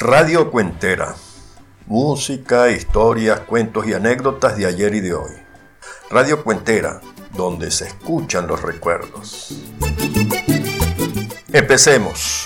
Radio Cuentera. Música, historias, cuentos y anécdotas de ayer y de hoy. Radio Cuentera, donde se escuchan los recuerdos. Empecemos.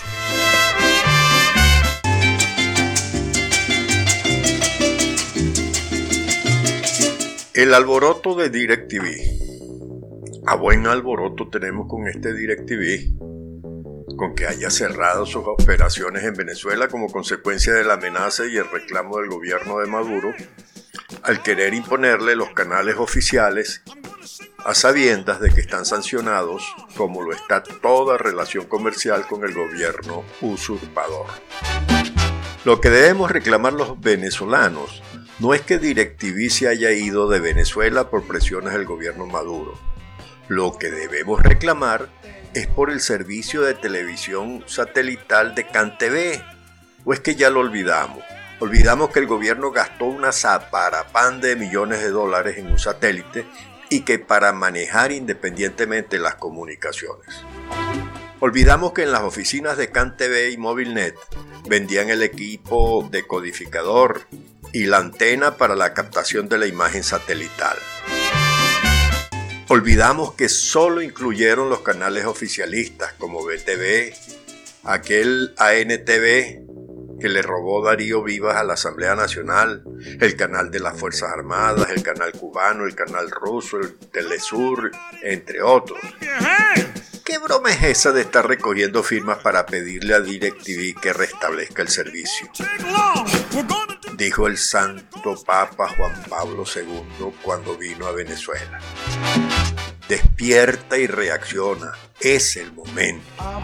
El alboroto de DirecTV. A buen alboroto tenemos con este DirecTV, con que haya cerrado sus operaciones en Venezuela como consecuencia de la amenaza y el reclamo del gobierno de Maduro al querer imponerle los canales oficiales a sabiendas de que están sancionados, como lo está toda relación comercial con el gobierno usurpador. Lo que debemos reclamar los venezolanos no es que DirecTV se haya ido de Venezuela por presiones del gobierno Maduro. Lo que debemos reclamar es por el servicio de televisión satelital de CanTV. ¿O es que ya lo olvidamos? Olvidamos que el gobierno gastó una zaparapán de millones de dólares en un satélite y que para manejar independientemente las comunicaciones. Olvidamos que en las oficinas de CanTV y Movilnet vendían el equipo decodificador y la antena para la captación de la imagen satelital. Olvidamos que solo incluyeron los canales oficialistas como BTV, aquel ANTV que le robó Darío Vivas a la Asamblea Nacional, el canal de las Fuerzas Armadas, el canal cubano, el canal ruso, el Telesur, entre otros. ¿Qué broma es esa de estar recogiendo firmas para pedirle a DirecTV que restablezca el servicio? Dijo el Santo Papa Juan Pablo II cuando vino a Venezuela. Despierta y reacciona, es el momento.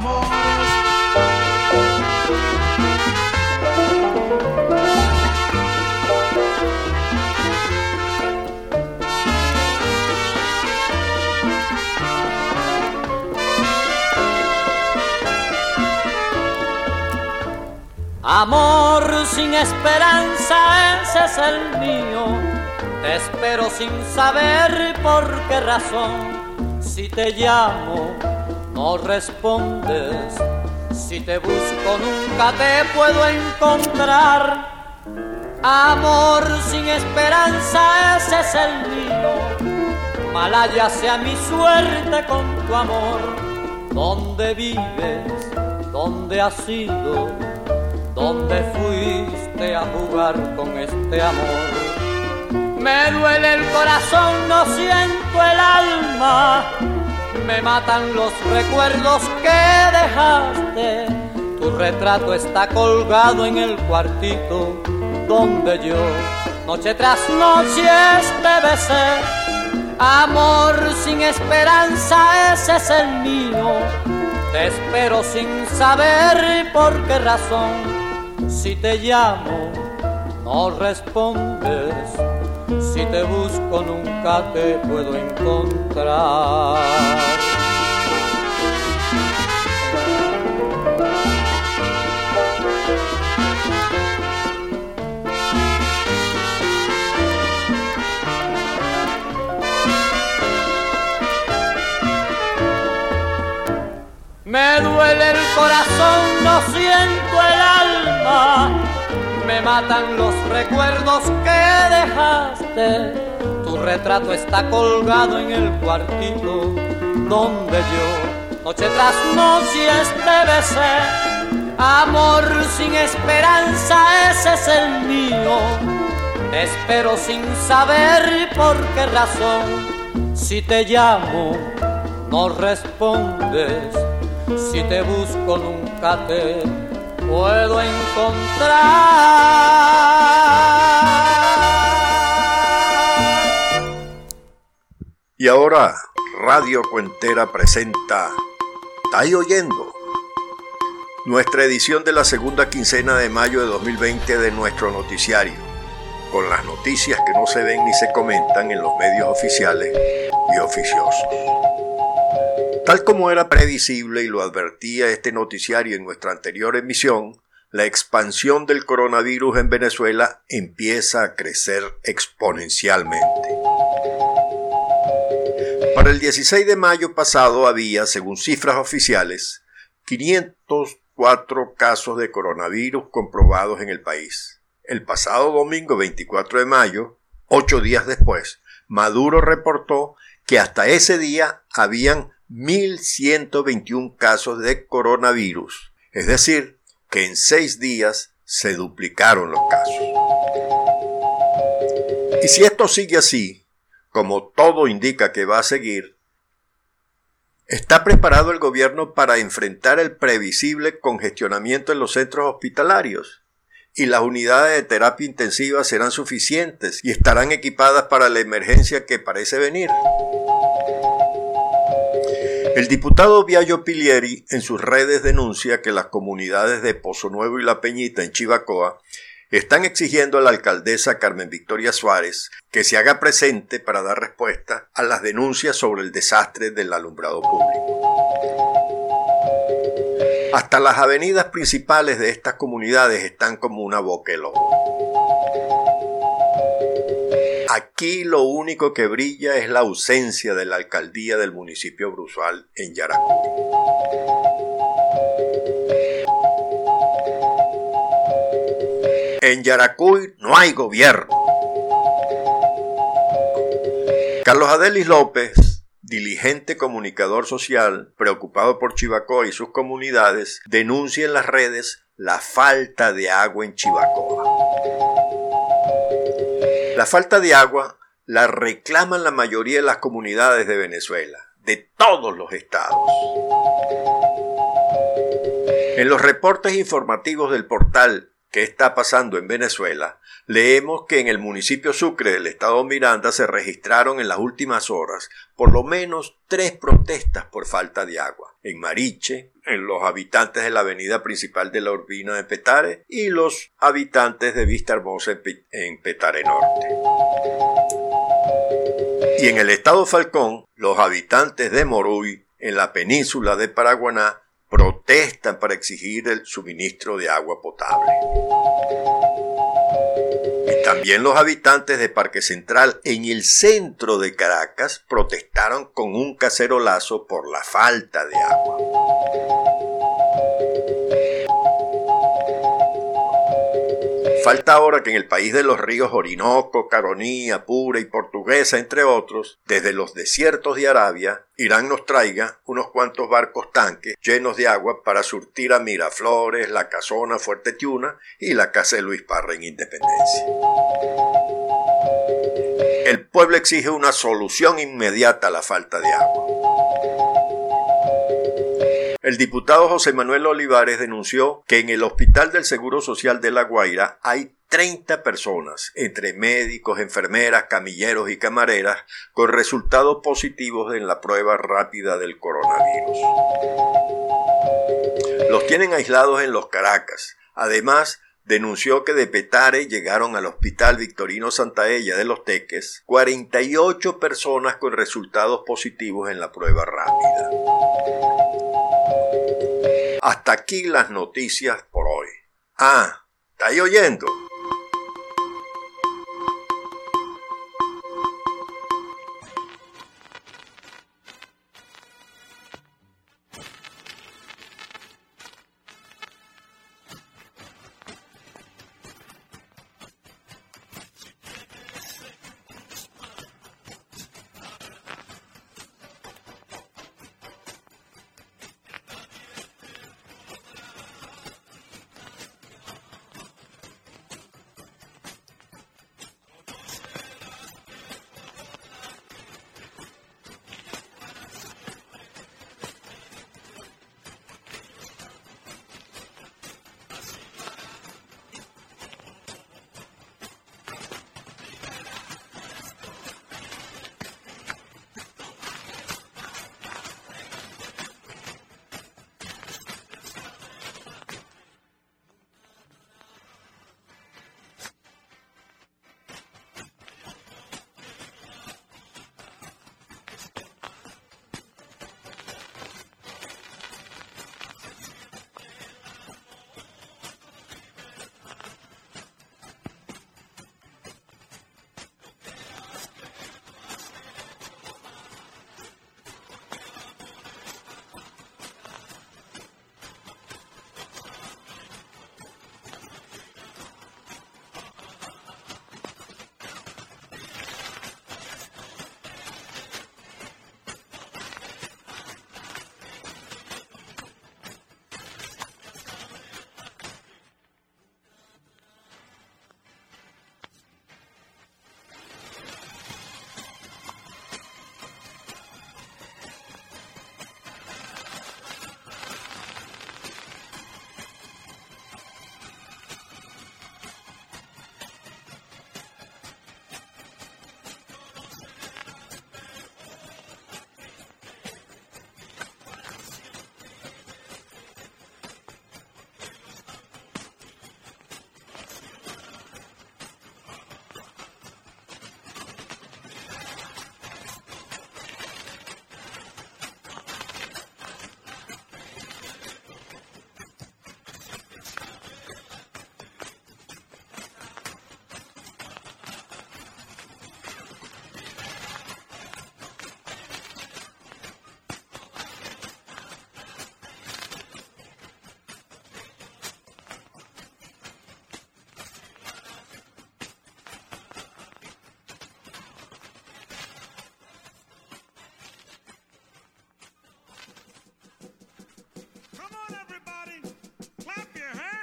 Amor sin esperanza, ese es el mío. Te espero sin saber por qué razón. Si te llamo, no respondes. Si te busco, nunca te puedo encontrar. Amor sin esperanza, ese es el mío. Malaya sea mi suerte con tu amor. ¿Dónde vives? ¿Dónde has ido? ¿Dónde fuiste a jugar con este amor? Me duele el corazón, no siento el alma. Me matan los recuerdos que dejaste. Tu retrato está colgado en el cuartito donde yo noche tras noche te besé. Amor sin esperanza, ese es el mío. Te espero sin saber por qué razón. Si te llamo, no respondes. Si te busco, nunca te puedo encontrar. Me duele el corazón, no siento el alma. Me matan los recuerdos que dejaste. Tu retrato está colgado en el cuartito donde yo noche tras noche te besé. Amor sin esperanza, ese es el mío. Te espero sin saber por qué razón. Si te llamo, no respondes. Si te busco, nunca te puedo encontrar. Y ahora, Radio Cuentera presenta ¿Estáis oyendo? Nuestra edición de la segunda quincena de mayo de 2020 de nuestro noticiario, con las noticias que no se ven ni se comentan en los medios oficiales y oficiosos. Tal como era previsible y lo advertía este noticiario en nuestra anterior emisión, la expansión del coronavirus en Venezuela empieza a crecer exponencialmente. Para el 16 de mayo pasado había, según cifras oficiales, 500 4 casos de coronavirus comprobados en el país. El pasado domingo 24 de mayo, 8 días después, Maduro reportó que hasta ese día habían 1.121 casos de coronavirus, es decir, que en 6 días se duplicaron los casos. Y si esto sigue así, como todo indica que va a seguir, ¿está preparado el gobierno para enfrentar el previsible congestionamiento en los centros hospitalarios? ¿Y las unidades de terapia intensiva serán suficientes y estarán equipadas para la emergencia que parece venir? El diputado Biagio Pilieri en sus redes denuncia que las comunidades de Pozo Nuevo y La Peñita en Chivacoa están exigiendo a la alcaldesa Carmen Victoria Suárez que se haga presente para dar respuesta a las denuncias sobre el desastre del alumbrado público. Hasta las avenidas principales de estas comunidades están como una boca de lobo. Aquí lo único que brilla es la ausencia de la alcaldía del municipio Bruzual en Yaracuy. En Yaracuy no hay gobierno. Carlos Adelis López, diligente comunicador social, preocupado por Chivacoa y sus comunidades, denuncia en las redes la falta de agua en Chivacoa. La falta de agua la reclaman la mayoría de las comunidades de Venezuela, de todos los estados. En los reportes informativos del portal ¿Qué está pasando en Venezuela?, leemos que en el municipio Sucre del estado Miranda se registraron en las últimas horas por lo menos 3 protestas por falta de agua. En Mariche, en los habitantes de la avenida principal de la Urbina de Petare y los habitantes de Vista Hermosa en Petare Norte. Y en el estado Falcón, los habitantes de Moruy, en la península de Paraguaná, protestan para exigir el suministro de agua potable. Y también los habitantes de Parque Central en el centro de Caracas protestaron con un cacerolazo por la falta de agua. Falta ahora que en el país de los ríos Orinoco, Caroní, Apure y Portuguesa, entre otros, desde los desiertos de Arabia, Irán nos traiga unos cuantos barcos tanques llenos de agua para surtir a Miraflores, La Casona, Fuerte Tiuna y la casa de Luis Parra en Independencia. El pueblo exige una solución inmediata a la falta de agua. El diputado José Manuel Olivares denunció que en el Hospital del Seguro Social de La Guaira hay 30 personas, entre médicos, enfermeras, camilleros y camareras, con resultados positivos en la prueba rápida del coronavirus. Los tienen aislados en Los Caracas. Además, denunció que de Petare llegaron al Hospital Victorino Santaella de Los Teques 48 personas con resultados positivos en la prueba rápida. Hasta aquí las noticias por hoy. ¿Estáis oyendo?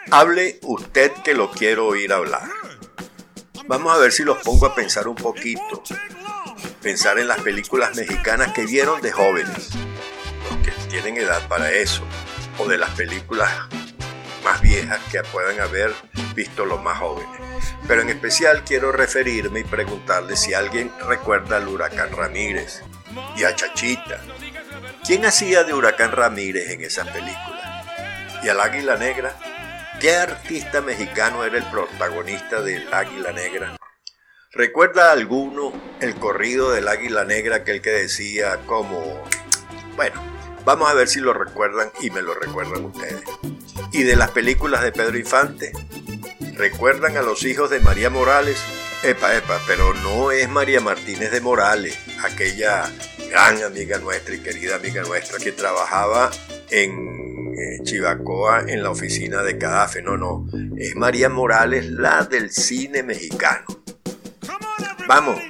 Hable usted que lo quiero oír hablar. Vamos a ver si los pongo a pensar un poquito. Pensar en las películas mexicanas que vieron de jóvenes, los que tienen edad para eso, o de las películas más viejas que puedan haber visto los más jóvenes. Pero en especial quiero referirme y preguntarle si alguien recuerda al Huracán Ramírez y a Chachita. ¿Quién hacía de Huracán Ramírez en esas películas? ¿Y al Águila Negra? ¿Qué artista mexicano era el protagonista del Águila Negra? ¿Recuerda alguno el corrido del Águila Negra, aquel que decía como... Bueno, vamos a ver si lo recuerdan y me lo recuerdan ustedes. ¿Y de las películas de Pedro Infante? ¿Recuerdan a los hijos de María Morales? Epa, pero no es María Martínez de Morales, aquella gran amiga nuestra y querida amiga nuestra que trabajaba en Chivacoa en la oficina de Cadafe. No, es María Morales, la del cine mexicano. Vamos,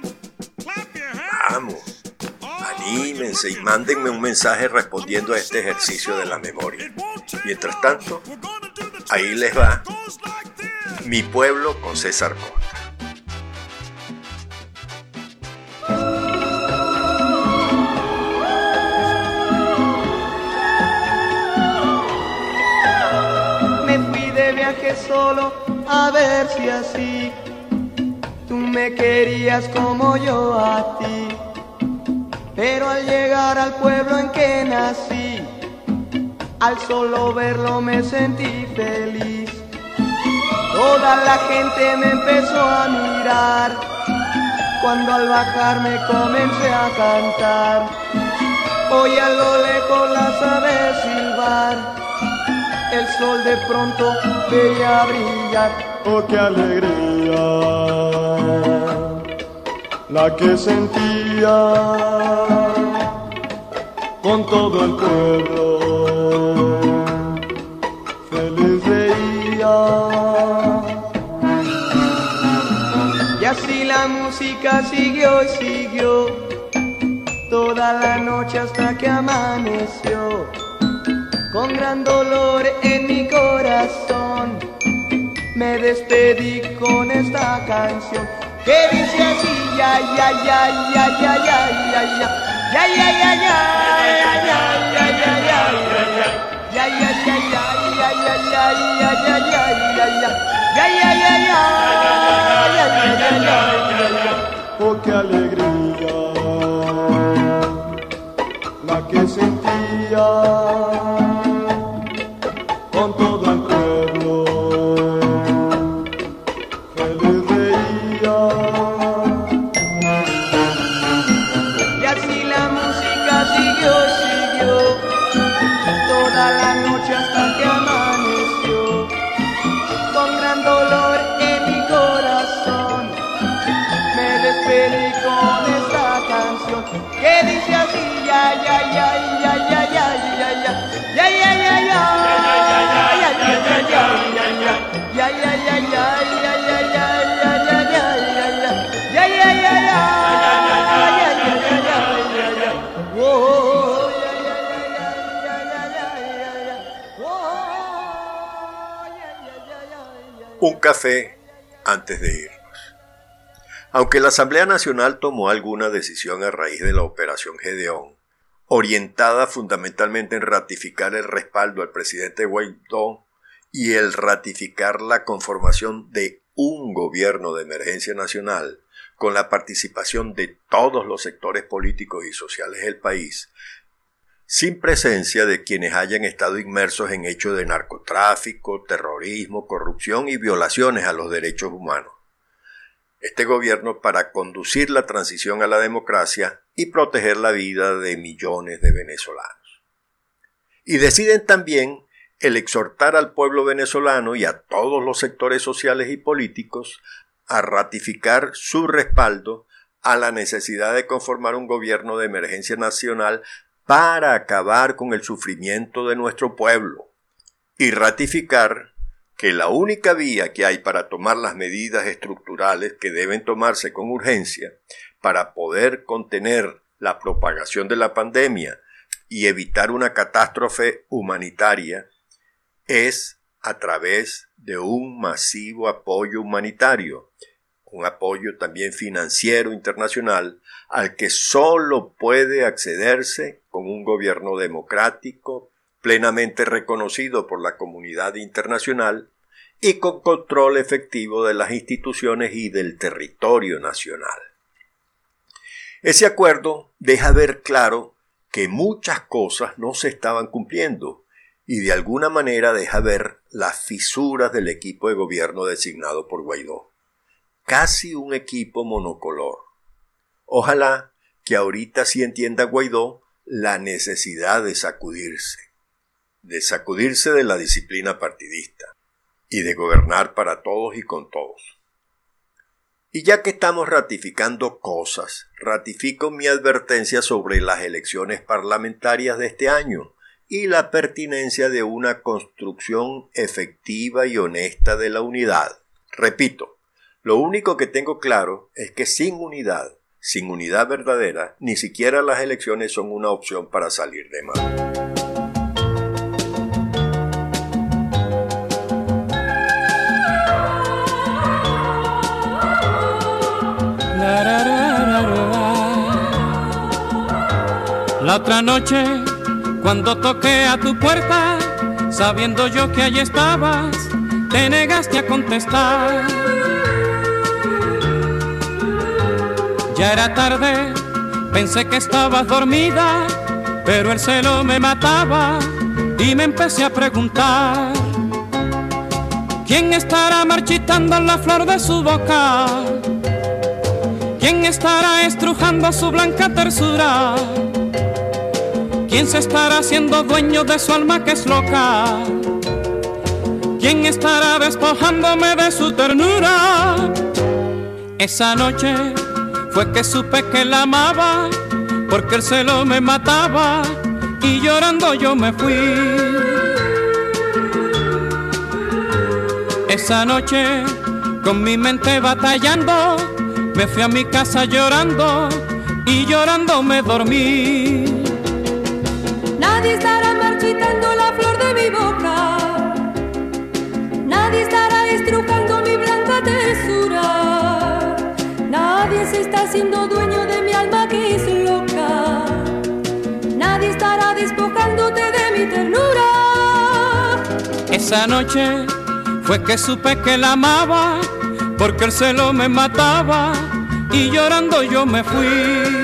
anímense y mándenme un mensaje respondiendo a este ejercicio de la memoria. Mientras tanto, ahí les va Mi pueblo con César Costa. Me fui de viaje solo a ver si así tú me querías como yo a ti. Pero al llegar al pueblo en que nací, al solo verlo me sentí feliz. Toda la gente me empezó a mirar, cuando al bajar me comencé a cantar. Hoy a lo lejos las aves silbar, el sol de pronto veía brillar. Oh, qué alegría la que sentía con todo el pueblo, feliz veía. Y así la música siguió y siguió, toda la noche hasta que amaneció. Con gran dolor en mi corazón, me despedí con esta canción que dice así: ya, ya, ya, ya, ya, ya, ya, ya. Ya ya ya ya ya ya ya ya ya ya ya ya ya ya ya ya ya. Oh, qué alegría la que sentía con todo el pueblo, feliz veía. Siguió toda la noche hasta que amaneció. Con gran dolor en mi corazón, me despedí con esta canción que dice así: ya ya ya ya ya ya ya ya ya ya ya ya ya ya ya ya Un café antes de irnos. Aunque la Asamblea Nacional tomó alguna decisión a raíz de la Operación Gedeón, orientada fundamentalmente en ratificar el respaldo al presidente Guaidó y el ratificar la conformación de un gobierno de emergencia nacional con la participación de todos los sectores políticos y sociales del país, sin presencia de quienes hayan estado inmersos en hechos de narcotráfico, terrorismo, corrupción y violaciones a los derechos humanos. Este gobierno para conducir la transición a la democracia y proteger la vida de millones de venezolanos. Y deciden también el exhortar al pueblo venezolano y a todos los sectores sociales y políticos a ratificar su respaldo a la necesidad de conformar un gobierno de emergencia nacional para acabar con el sufrimiento de nuestro pueblo y ratificar que la única vía que hay para tomar las medidas estructurales que deben tomarse con urgencia para poder contener la propagación de la pandemia y evitar una catástrofe humanitaria es a través de un masivo apoyo humanitario, un apoyo también financiero internacional al que solo puede accederse con un gobierno democrático, plenamente reconocido por la comunidad internacional y con control efectivo de las instituciones y del territorio nacional. Ese acuerdo deja ver claro que muchas cosas no se estaban cumpliendo y de alguna manera deja ver las fisuras del equipo de gobierno designado por Guaidó. Casi un equipo monocolor. Ojalá que ahorita sí entienda Guaidó la necesidad de sacudirse de la disciplina partidista y de gobernar para todos y con todos. Y ya que estamos ratificando cosas, ratifico mi advertencia sobre las elecciones parlamentarias de este año y la pertinencia de una construcción efectiva y honesta de la unidad. Repito, lo único que tengo claro es que sin unidad verdadera, ni siquiera las elecciones son una opción para salir de Maduro. La otra noche, cuando toqué a tu puerta, sabiendo yo que allí estabas, te negaste a contestar. Ya era tarde, pensé que estabas dormida, pero el celo me mataba y me empecé a preguntar: ¿quién estará marchitando la flor de su boca? ¿Quién estará estrujando su blanca tersura? ¿Quién se estará haciendo dueño de su alma que es loca? ¿Quién estará despojándome de su ternura? Esa noche fue que supe que la amaba, porque el celo me mataba y llorando yo me fui. Esa noche, con mi mente batallando, me fui a mi casa llorando y llorando me dormí. Nadie estará marchitando la flor de mi boca, nadie estará estrujando mi blanca tersura, nadie se está haciendo dueño de mi alma que es loca, nadie estará despojándote de mi ternura. Esa noche fue que supe que la amaba, porque el celo me mataba y llorando yo me fui.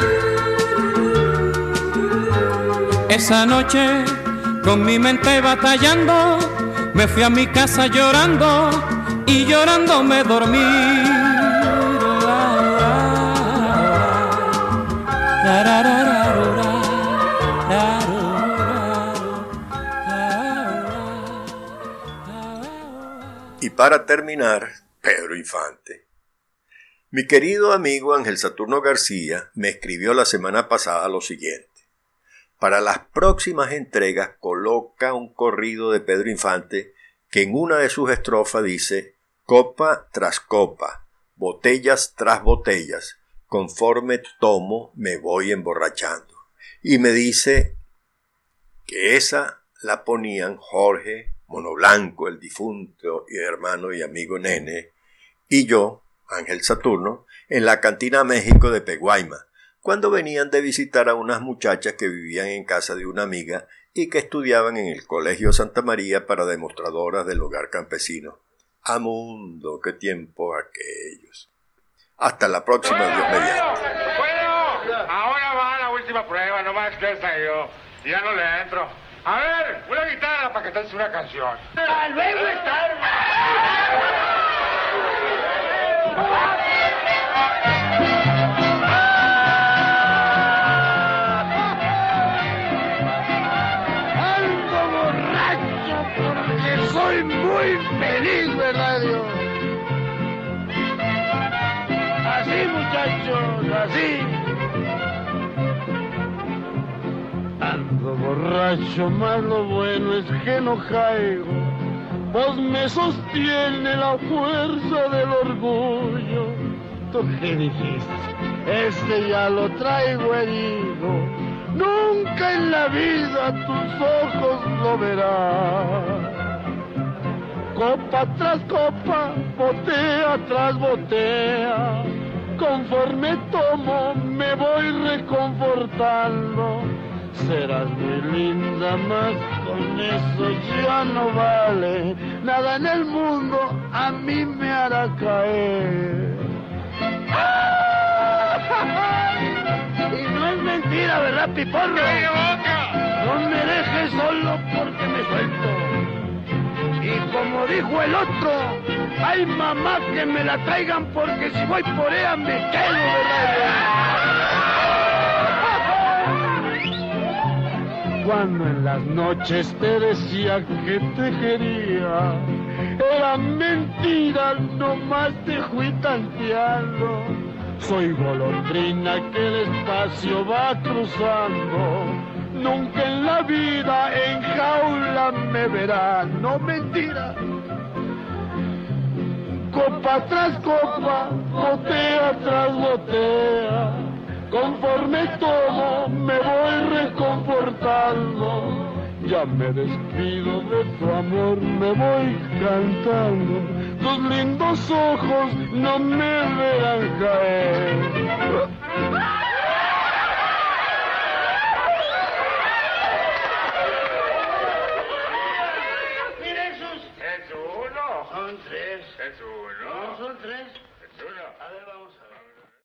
Esa noche, con mi mente batallando, me fui a mi casa llorando y llorando me dormí. Y para terminar, Pedro Infante. Mi querido amigo Ángel Saturno García me escribió la semana pasada lo siguiente: para las próximas entregas coloca un corrido de Pedro Infante que en una de sus estrofas dice: copa tras copa, botellas tras botellas, conforme tomo me voy emborrachando. Y me dice que esa la ponían Jorge Mono Blanco, el difunto y hermano y amigo Nene, y yo, Ángel Saturno, en la Cantina México de Peguayma, cuando venían de visitar a unas muchachas que vivían en casa de una amiga y que estudiaban en el Colegio Santa María para demostradoras del hogar campesino. ¡A mundo! ¡Qué tiempos aquellos! Hasta la próxima, Dios mediante. Bueno, ahora va la última prueba, no más que esa yo. Ya no le entro. A ver, una guitarra para que te una canción. Luego está. Soy muy feliz, ¿verdad, Dios? Así, muchachos, así. Ando borracho, más lo bueno es que no caigo, pues me sostiene la fuerza del orgullo. ¿Tú qué dijiste? Ya lo traigo herido, nunca en la vida tus ojos lo verán. Copa tras copa, botella tras botella, conforme tomo me voy reconfortando. Serás muy linda, mas con eso ya no vale. Nada en el mundo a mí me hará caer. Y no es mentira, ¿verdad, Piporro? No me dejes solo porque me suelto. Y como dijo el otro, ay mamá que me la traigan porque si voy por ella me quedo, ¿verdad? Cuando en las noches te decía que te quería, era mentira, nomás te fui tanteando. Soy golondrina que el espacio va cruzando, nunca en la vida en jaula me verá, no mentira. Copa tras copa, botella tras botella, conforme tomo me voy reconfortando. Ya me despido de tu amor, me voy cantando. Tus lindos ojos no me verán caer. Miren sus... Es uno. Son tres. Es uno. No, son tres.